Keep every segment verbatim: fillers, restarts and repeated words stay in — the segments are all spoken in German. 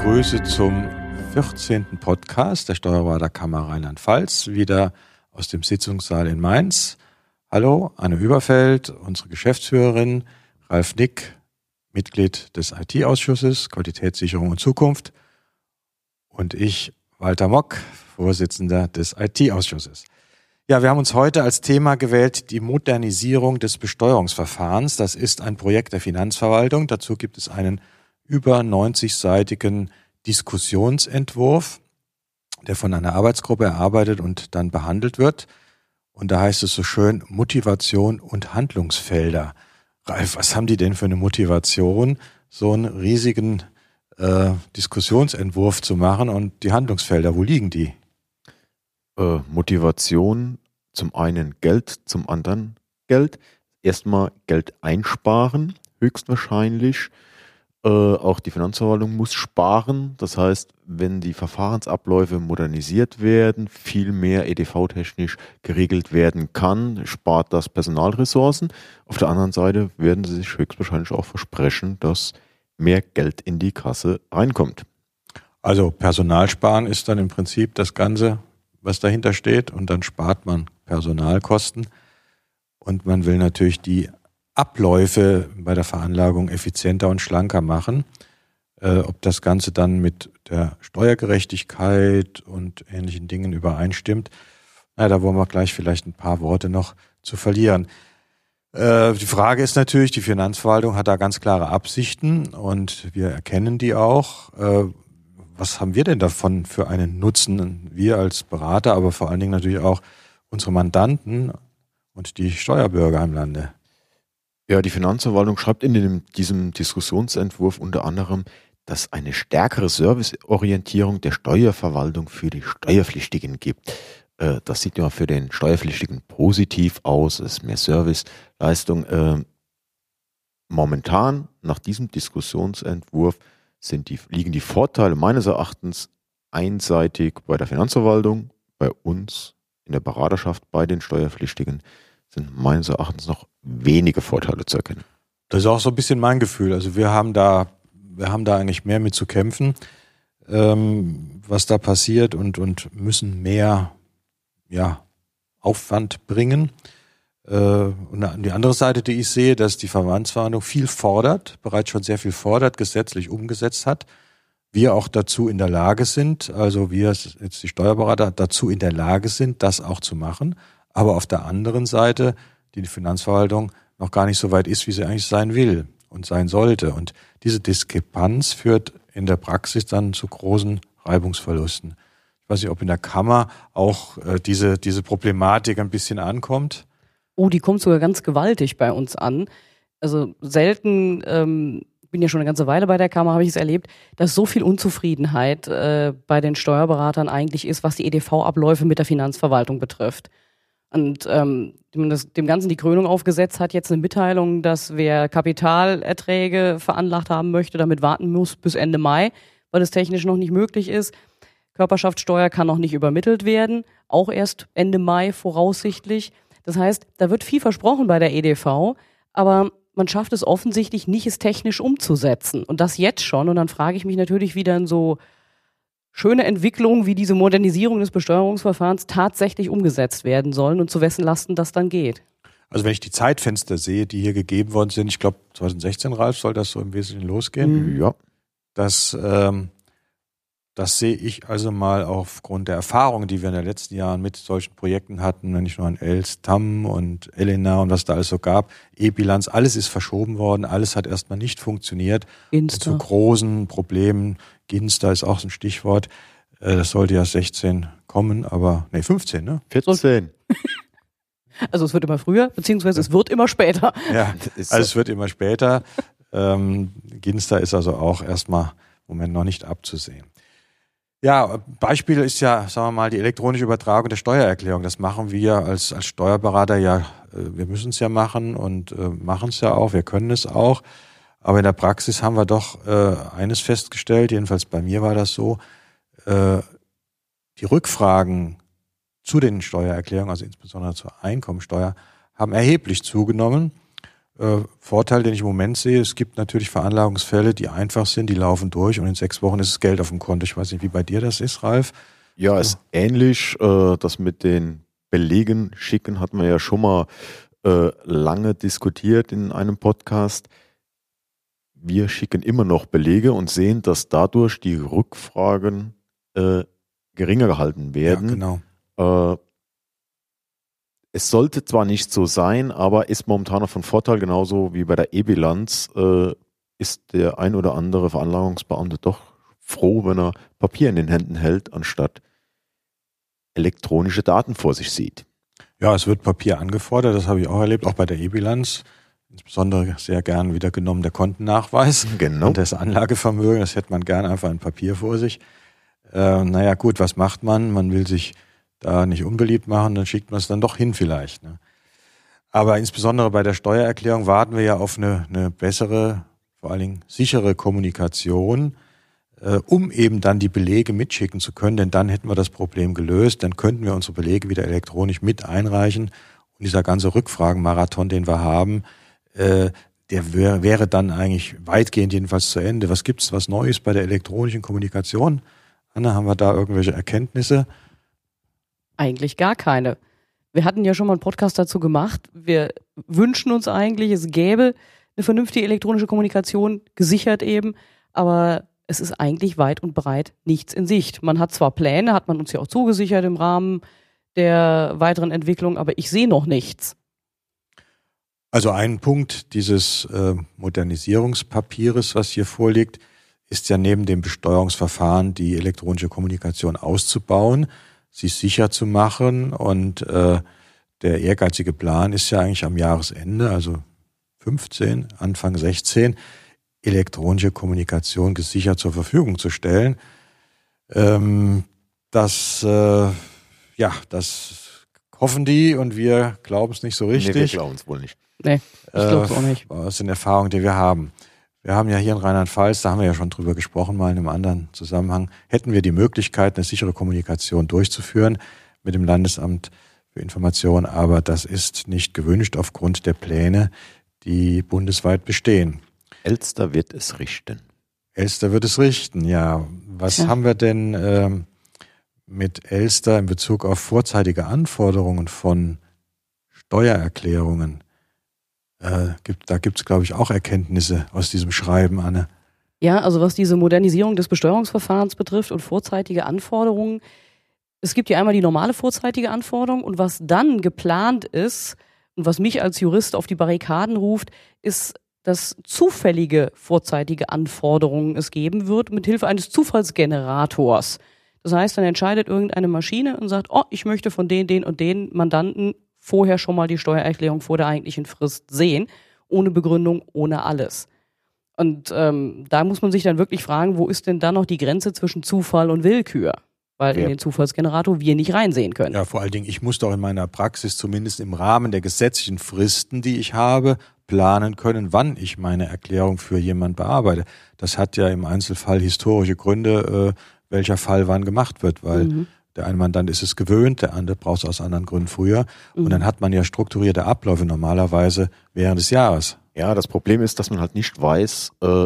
begrüße zum vierzehnten Podcast der Steuerberaterkammer Rheinland-Pfalz, wieder aus dem Sitzungssaal in Mainz. Hallo, Anne Überfeld, unsere Geschäftsführerin, Ralf Nick, Mitglied des I T-Ausschusses, Qualitätssicherung und Zukunft, und ich, Walter Mock, Vorsitzender des I T-Ausschusses. Ja, wir haben uns heute als Thema gewählt die Modernisierung des Besteuerungsverfahrens. Das ist ein Projekt der Finanzverwaltung. Dazu gibt es einen über neunzig-seitigen Diskussionsentwurf, der von einer Arbeitsgruppe erarbeitet und dann behandelt wird. Und da heißt es so schön Motivation und Handlungsfelder. Ralf, was haben die denn für eine Motivation, so einen riesigen äh, Diskussionsentwurf zu machen, und die Handlungsfelder, wo liegen die? Äh, Motivation, zum einen Geld, zum anderen Geld. Erstmal Geld einsparen, höchstwahrscheinlich. Äh, auch die Finanzverwaltung muss sparen. Das heißt, wenn die Verfahrensabläufe modernisiert werden, viel mehr E D V-technisch geregelt werden kann, spart das Personalressourcen. Auf der anderen Seite werden sie sich höchstwahrscheinlich auch versprechen, dass mehr Geld in die Kasse reinkommt. Also Personalsparen ist dann im Prinzip das Ganze, was dahinter steht, und dann spart man Personalkosten, und man will natürlich die Abläufe bei der Veranlagung effizienter und schlanker machen. Äh, ob das Ganze dann mit der Steuergerechtigkeit und ähnlichen Dingen übereinstimmt, na, da wollen wir gleich vielleicht ein paar Worte noch zu verlieren. Äh, die Frage ist natürlich, die Finanzverwaltung hat da ganz klare Absichten und wir erkennen die auch. Äh, Was haben wir denn davon für einen Nutzen? Wir als Berater, aber vor allen Dingen natürlich auch unsere Mandanten und die Steuerbürger im Lande. Ja, die Finanzverwaltung schreibt in dem, diesem Diskussionsentwurf unter anderem, dass eine stärkere Serviceorientierung der Steuerverwaltung für die Steuerpflichtigen gibt. Äh, das sieht ja für den Steuerpflichtigen positiv aus, es ist mehr Serviceleistung. Äh, momentan, nach diesem Diskussionsentwurf, Sind die, liegen die Vorteile meines Erachtens einseitig bei der Finanzverwaltung, bei uns in der Beraterschaft, bei den Steuerpflichtigen sind meines Erachtens noch wenige Vorteile zu erkennen. Das ist auch so ein bisschen mein Gefühl. Also wir haben da, wir haben da eigentlich mehr mit zu kämpfen, ähm, was da passiert, und, und müssen mehr, ja, Aufwand bringen. Und die andere Seite, die ich sehe, dass die Finanzverwaltung viel fordert, bereits schon sehr viel fordert, gesetzlich umgesetzt hat. Wir auch dazu in der Lage sind, also wir jetzt die Steuerberater dazu in der Lage sind, das auch zu machen. Aber auf der anderen Seite, die Finanzverwaltung noch gar nicht so weit ist, wie sie eigentlich sein will und sein sollte. Und diese Diskrepanz führt in der Praxis dann zu großen Reibungsverlusten. Ich weiß nicht, ob in der Kammer auch äh, diese, diese Problematik ein bisschen ankommt. Oh, die kommt sogar ganz gewaltig bei uns an. Also selten, ähm, bin ja schon eine ganze Weile bei der Kammer, habe ich es erlebt, dass so viel Unzufriedenheit äh, bei den Steuerberatern eigentlich ist, was die E D V-Abläufe mit der Finanzverwaltung betrifft. Und ähm, das, dem Ganzen die Krönung aufgesetzt hat jetzt eine Mitteilung, dass wer Kapitalerträge veranlagt haben möchte, damit warten muss bis Ende Mai, weil es technisch noch nicht möglich ist. Körperschaftssteuer kann noch nicht übermittelt werden, auch erst Ende Mai voraussichtlich. Das heißt, da wird viel versprochen bei der E D V, aber man schafft es offensichtlich nicht, es technisch umzusetzen. Und das jetzt schon. Und dann frage ich mich natürlich, wie dann so schöne Entwicklungen wie diese Modernisierung des Besteuerungsverfahrens tatsächlich umgesetzt werden sollen und zu wessen Lasten das dann geht. Also wenn ich die Zeitfenster sehe, die hier gegeben worden sind, ich glaube zwanzig sechzehn, Ralf, soll das so im Wesentlichen losgehen. Mhm. Ja. Das, ähm, das sehe ich also mal aufgrund der Erfahrungen, die wir in den letzten Jahren mit solchen Projekten hatten, wenn ich nur an Els, Tam und Elena und was da alles so gab, E-Bilanz, alles ist verschoben worden, alles hat erstmal nicht funktioniert. Insta. Und zu großen Problemen, Ginsta ist auch so ein Stichwort, das sollte ja sechzehn kommen, aber, nee, fünfzehn, ne? vierzehn. Also es wird immer früher, beziehungsweise es wird immer später. Ja, also es wird immer später. Ähm, Ginsta ist also auch erstmal im Moment noch nicht abzusehen. Ja, Beispiel ist ja, sagen wir mal, die elektronische Übertragung der Steuererklärung. Das machen wir als, als Steuerberater ja, wir müssen es ja machen und äh, machen es ja auch, wir können es auch. Aber in der Praxis haben wir doch äh, eines festgestellt, jedenfalls bei mir war das so, äh, die Rückfragen zu den Steuererklärungen, also insbesondere zur Einkommensteuer, haben erheblich zugenommen. Äh, Vorteil, den ich im Moment sehe, es gibt natürlich Veranlagungsfälle, die einfach sind, die laufen durch und in sechs Wochen ist das Geld auf dem Konto. Ich weiß nicht, wie bei dir das ist, Ralf. Ja, ist ähnlich. Äh, das mit den Belegen schicken hat man ja schon mal äh, lange diskutiert in einem Podcast. Wir schicken immer noch Belege und sehen, dass dadurch die Rückfragen äh, geringer gehalten werden. Ja, genau. Äh, es sollte zwar nicht so sein, aber ist momentan noch von Vorteil, genauso wie bei der E-Bilanz, äh, ist der ein oder andere Veranlagungsbeamte doch froh, wenn er Papier in den Händen hält, anstatt elektronische Daten vor sich sieht. Ja, es wird Papier angefordert, das habe ich auch erlebt, auch bei der E-Bilanz. Insbesondere sehr gern wieder genommen der Kontennachweis Genau. und das Anlagevermögen, das hätte man gern einfach in Papier vor sich. Äh, naja gut, was macht man? Man will sich da nicht unbeliebt machen, dann schickt man es dann doch hin vielleicht. Ne? Aber insbesondere bei der Steuererklärung warten wir ja auf eine, eine bessere, vor allen Dingen sichere Kommunikation, äh, um eben dann die Belege mitschicken zu können, denn dann hätten wir das Problem gelöst, dann könnten wir unsere Belege wieder elektronisch mit einreichen und dieser ganze Rückfragenmarathon, den wir haben, äh, der wär, wäre dann eigentlich weitgehend jedenfalls zu Ende. Was gibt's, was Neues bei der elektronischen Kommunikation? Anna, haben wir da irgendwelche Erkenntnisse? Eigentlich gar keine. Wir hatten ja schon mal einen Podcast dazu gemacht. Wir wünschen uns eigentlich, es gäbe eine vernünftige elektronische Kommunikation, gesichert eben, aber es ist eigentlich weit und breit nichts in Sicht. Man hat zwar Pläne, hat man uns ja auch zugesichert im Rahmen der weiteren Entwicklung, aber ich sehe noch nichts. Also ein Punkt dieses äh, Modernisierungspapiers, was hier vorliegt, ist ja neben dem Besteuerungsverfahren die elektronische Kommunikation auszubauen, sie sicher zu machen und äh, der ehrgeizige Plan ist ja eigentlich am Jahresende, also fünfzehn, Anfang sechzehn, elektronische Kommunikation gesichert zur Verfügung zu stellen. Ähm, das, äh, ja, das hoffen die und wir glauben es nicht so richtig. Nee, wir glauben es wohl nicht. Nee, ich glaube es auch nicht. Das sind Erfahrungen, die wir haben. Wir haben ja hier in Rheinland-Pfalz, da haben wir ja schon drüber gesprochen, mal in einem anderen Zusammenhang, hätten wir die Möglichkeit, eine sichere Kommunikation durchzuführen mit dem Landesamt für Information, aber das ist nicht gewünscht aufgrund der Pläne, die bundesweit bestehen. Elster wird es richten. Elster wird es richten, ja. Was ja. haben wir denn ähm, mit Elster in Bezug auf vorzeitige Anforderungen von Steuererklärungen? Äh, gibt, da gibt es, glaube ich, auch Erkenntnisse aus diesem Schreiben, Anne. Ja, also was diese Modernisierung des Besteuerungsverfahrens betrifft und vorzeitige Anforderungen, es gibt ja einmal die normale vorzeitige Anforderung und was dann geplant ist und was mich als Jurist auf die Barrikaden ruft, ist, dass zufällige vorzeitige Anforderungen es geben wird mit Hilfe eines Zufallsgenerators. Das heißt, dann entscheidet irgendeine Maschine und sagt, oh, ich möchte von den, den und den Mandanten vorher schon mal die Steuererklärung vor der eigentlichen Frist sehen, ohne Begründung, ohne alles. Und ähm, da muss man sich dann wirklich fragen, wo ist denn da noch die Grenze zwischen Zufall und Willkür? Weil ja. in den Zufallsgenerator wir nicht reinsehen können. Ja, vor allen Dingen, ich muss doch in meiner Praxis zumindest im Rahmen der gesetzlichen Fristen, die ich habe, planen können, wann ich meine Erklärung für jemanden bearbeite. Das hat ja im Einzelfall historische Gründe, äh, welcher Fall wann gemacht wird, weil mhm. der eine Mandant ist es gewöhnt, der andere braucht es aus anderen Gründen früher. Mhm. Und dann hat man ja strukturierte Abläufe normalerweise während des Jahres. Ja, das Problem ist, dass man halt nicht weiß, äh,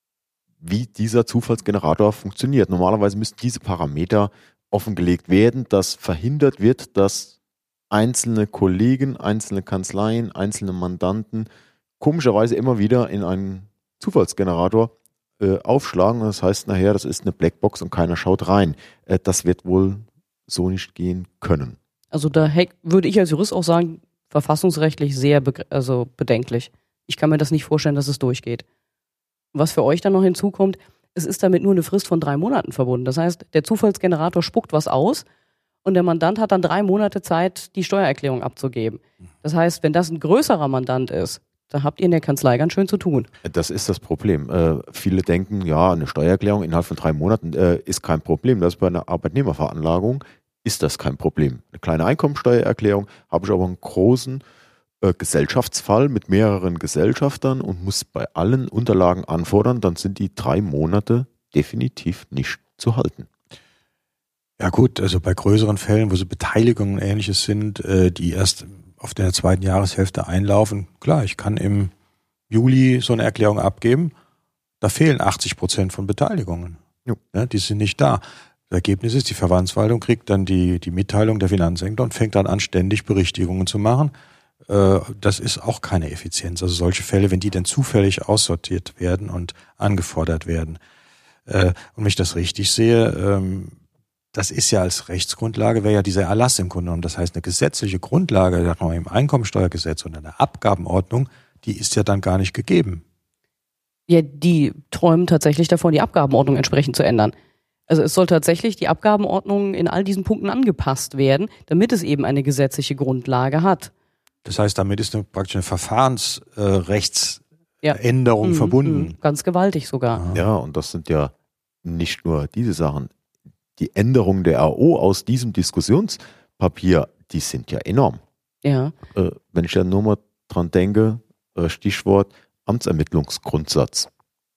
wie dieser Zufallsgenerator funktioniert. Normalerweise müssten diese Parameter offengelegt werden, dass verhindert wird, dass einzelne Kollegen, einzelne Kanzleien, einzelne Mandanten komischerweise immer wieder in einen Zufallsgenerator äh, aufschlagen. Das heißt nachher, das ist eine Blackbox und keiner schaut rein. Äh, das wird wohl so nicht gehen können. Also da würde ich als Jurist auch sagen, verfassungsrechtlich sehr be- also bedenklich. Ich kann mir das nicht vorstellen, dass es durchgeht. Was für euch dann noch hinzukommt, es ist damit nur eine Frist von drei Monaten verbunden. Das heißt, der Zufallsgenerator spuckt was aus und der Mandant hat dann drei Monate Zeit, die Steuererklärung abzugeben. Das heißt, wenn das ein größerer Mandant ist, dann habt ihr in der Kanzlei ganz schön zu tun. Das ist das Problem. Äh, viele denken, ja, eine Steuererklärung innerhalb von drei Monaten äh, ist kein Problem. Das ist bei einer Arbeitnehmerveranlagung ist das kein Problem. Eine kleine Einkommensteuererklärung habe ich aber einen großen äh, Gesellschaftsfall mit mehreren Gesellschaftern und muss bei allen Unterlagen anfordern, dann sind die drei Monate definitiv nicht zu halten. Ja gut, also bei größeren Fällen, wo so Beteiligungen und Ähnliches sind, äh, die erst auf der zweiten Jahreshälfte einlaufen. Klar, ich kann im Juli so eine Erklärung abgeben. Da fehlen achtzig Prozent von Beteiligungen. Jo. Ja, die sind nicht da. Das Ergebnis ist, die Verbandsverwaltung kriegt dann die, die Mitteilung der Finanzämter und fängt dann an, ständig Berichtigungen zu machen. Äh, das ist auch keine Effizienz. Also solche Fälle, wenn die dann zufällig aussortiert werden und angefordert werden. Äh, und wenn ich das richtig sehe, ähm, das ist ja als Rechtsgrundlage, wäre ja dieser Erlass im Grunde genommen. Das heißt, eine gesetzliche Grundlage, sagen wir mal, im Einkommensteuergesetz und in der Abgabenordnung, die ist ja dann gar nicht gegeben. Ja, die träumen tatsächlich davon, die Abgabenordnung entsprechend zu ändern. Also es soll tatsächlich die Abgabenordnung in all diesen Punkten angepasst werden, damit es eben eine gesetzliche Grundlage hat. Das heißt, damit ist eine, praktisch eine Verfahrensrechtsänderung äh, ja. verbunden. Mhm, ganz gewaltig sogar. Ja. ja, und das sind ja nicht nur diese Sachen. Die Änderungen der A O aus diesem Diskussionspapier, die sind ja enorm. Ja. Äh, wenn ich ja nur mal dran denke, äh, Stichwort Amtsermittlungsgrundsatz.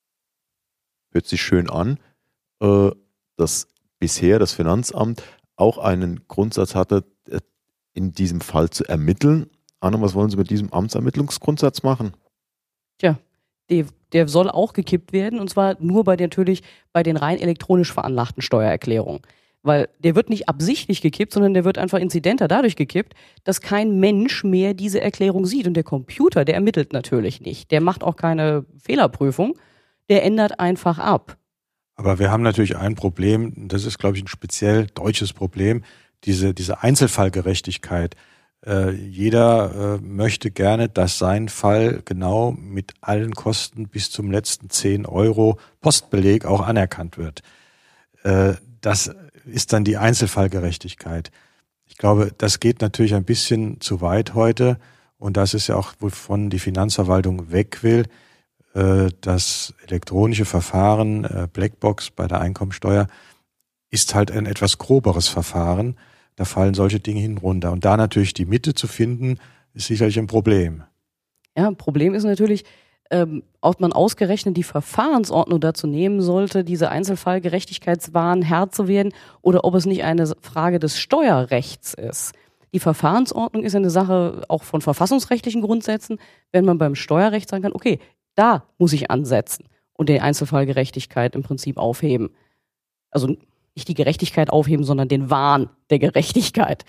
Hört sich schön an, äh, dass bisher das Finanzamt auch einen Grundsatz hatte, äh, in diesem Fall zu ermitteln. Anna, was wollen Sie mit diesem Amtsermittlungsgrundsatz machen? Tja, der, der soll auch gekippt werden, und zwar nur bei den, natürlich bei den rein elektronisch veranlagten Steuererklärungen. Weil der wird nicht absichtlich gekippt, sondern der wird einfach inzidenter dadurch gekippt, dass kein Mensch mehr diese Erklärung sieht. Und der Computer, der ermittelt natürlich nicht. Der macht auch keine Fehlerprüfung. Der ändert einfach ab. Aber wir haben natürlich ein Problem, das ist, glaube ich, ein speziell deutsches Problem, diese, diese Einzelfallgerechtigkeit. Äh, jeder äh, möchte gerne, dass sein Fall genau mit allen Kosten bis zum letzten zehn Euro Postbeleg auch anerkannt wird. Äh, das ist dann die Einzelfallgerechtigkeit. Ich glaube, das geht natürlich ein bisschen zu weit heute, und das ist ja auch, wovon die Finanzverwaltung weg will. äh, Das elektronische Verfahren, äh, Blackbox bei der Einkommensteuer, ist halt ein etwas groberes Verfahren. Da fallen solche Dinge hin runter. Und da natürlich die Mitte zu finden, ist sicherlich ein Problem. Ja, Problem ist natürlich, ähm, ob man ausgerechnet die Verfahrensordnung dazu nehmen sollte, diese Einzelfallgerechtigkeitswahn Herr zu werden, oder ob es nicht eine Frage des Steuerrechts ist. Die Verfahrensordnung ist eine Sache auch von verfassungsrechtlichen Grundsätzen, wenn man beim Steuerrecht sagen kann, okay, da muss ich ansetzen und die Einzelfallgerechtigkeit im Prinzip aufheben. Also nicht die Gerechtigkeit aufheben, sondern den Wahn der Gerechtigkeit.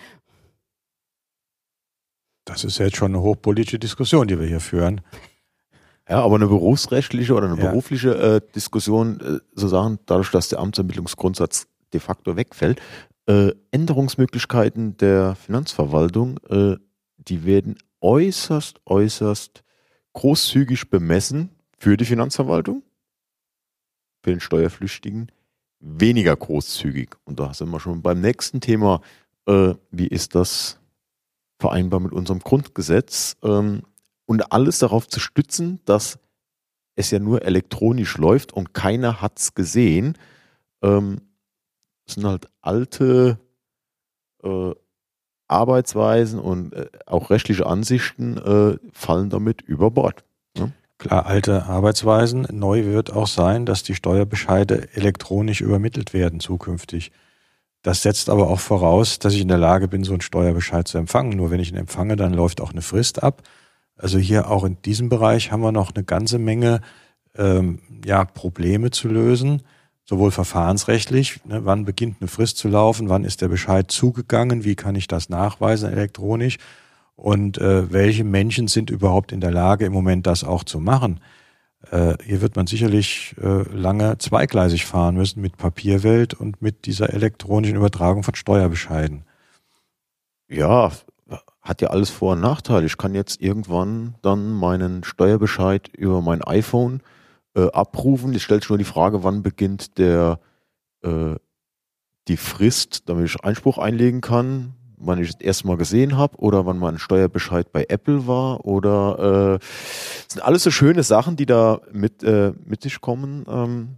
Das ist jetzt schon eine hochpolitische Diskussion, die wir hier führen. Ja, aber eine berufsrechtliche oder eine ja. berufliche äh, Diskussion, äh, so sagen, dadurch, dass der Amtsermittlungsgrundsatz de facto wegfällt, äh, Änderungsmöglichkeiten der Finanzverwaltung, äh, die werden äußerst, äußerst großzügig bemessen für die Finanzverwaltung, für den Steuerpflichtigen weniger großzügig. Und da sind wir schon beim nächsten Thema. Äh, wie ist das vereinbar mit unserem Grundgesetz? Ähm, und alles darauf zu stützen, dass es ja nur elektronisch läuft und keiner hat es gesehen. Ähm, das sind halt alte äh, Arbeitsweisen und äh, auch rechtliche Ansichten äh, fallen damit über Bord. Ne? Klar, alte Arbeitsweisen. Neu wird auch sein, dass die Steuerbescheide elektronisch übermittelt werden zukünftig. Das setzt aber auch voraus, dass ich in der Lage bin, so einen Steuerbescheid zu empfangen. Nur wenn ich ihn empfange, dann läuft auch eine Frist ab. Also hier auch in diesem Bereich haben wir noch eine ganze Menge ähm, ja, Probleme zu lösen, sowohl verfahrensrechtlich, ne, wann beginnt eine Frist zu laufen, wann ist der Bescheid zugegangen, wie kann ich das nachweisen elektronisch, und äh, welche Menschen sind überhaupt in der Lage, im Moment das auch zu machen. Äh, hier wird man sicherlich äh, lange zweigleisig fahren müssen mit Papierwelt und mit dieser elektronischen Übertragung von Steuerbescheiden. Ja, hat ja alles Vor- und Nachteile. Ich kann jetzt irgendwann dann meinen Steuerbescheid über mein iPhone äh, abrufen. Es stellt sich nur die Frage, wann beginnt der äh, die Frist, damit ich Einspruch einlegen kann, wann ich es erstmal gesehen habe oder wann mein Steuerbescheid bei Apple war. Oder äh, das sind alles so schöne Sachen, die da mit, äh, mit sich kommen. Ähm,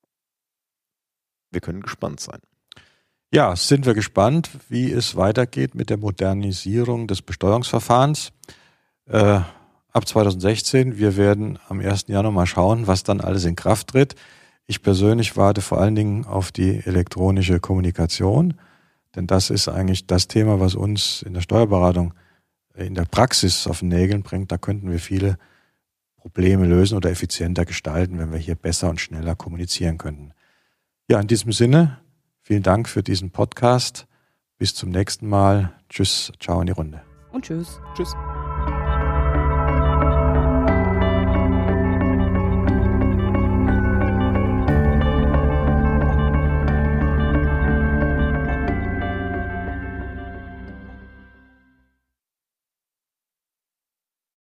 wir können gespannt sein. Ja, sind wir gespannt, wie es weitergeht mit der Modernisierung des Besteuerungsverfahrens. Äh, ab zwanzig sechzehn, wir werden am ersten Januar mal schauen, was dann alles in Kraft tritt. Ich persönlich warte vor allen Dingen auf die elektronische Kommunikation, denn das ist eigentlich das Thema, was uns in der Steuerberatung in der Praxis auf den Nägeln bringt, da könnten wir viele Probleme lösen oder effizienter gestalten, wenn wir hier besser und schneller kommunizieren könnten. Ja, in diesem Sinne, vielen Dank für diesen Podcast. Bis zum nächsten Mal. Tschüss, ciao in die Runde. Und tschüss. Tschüss.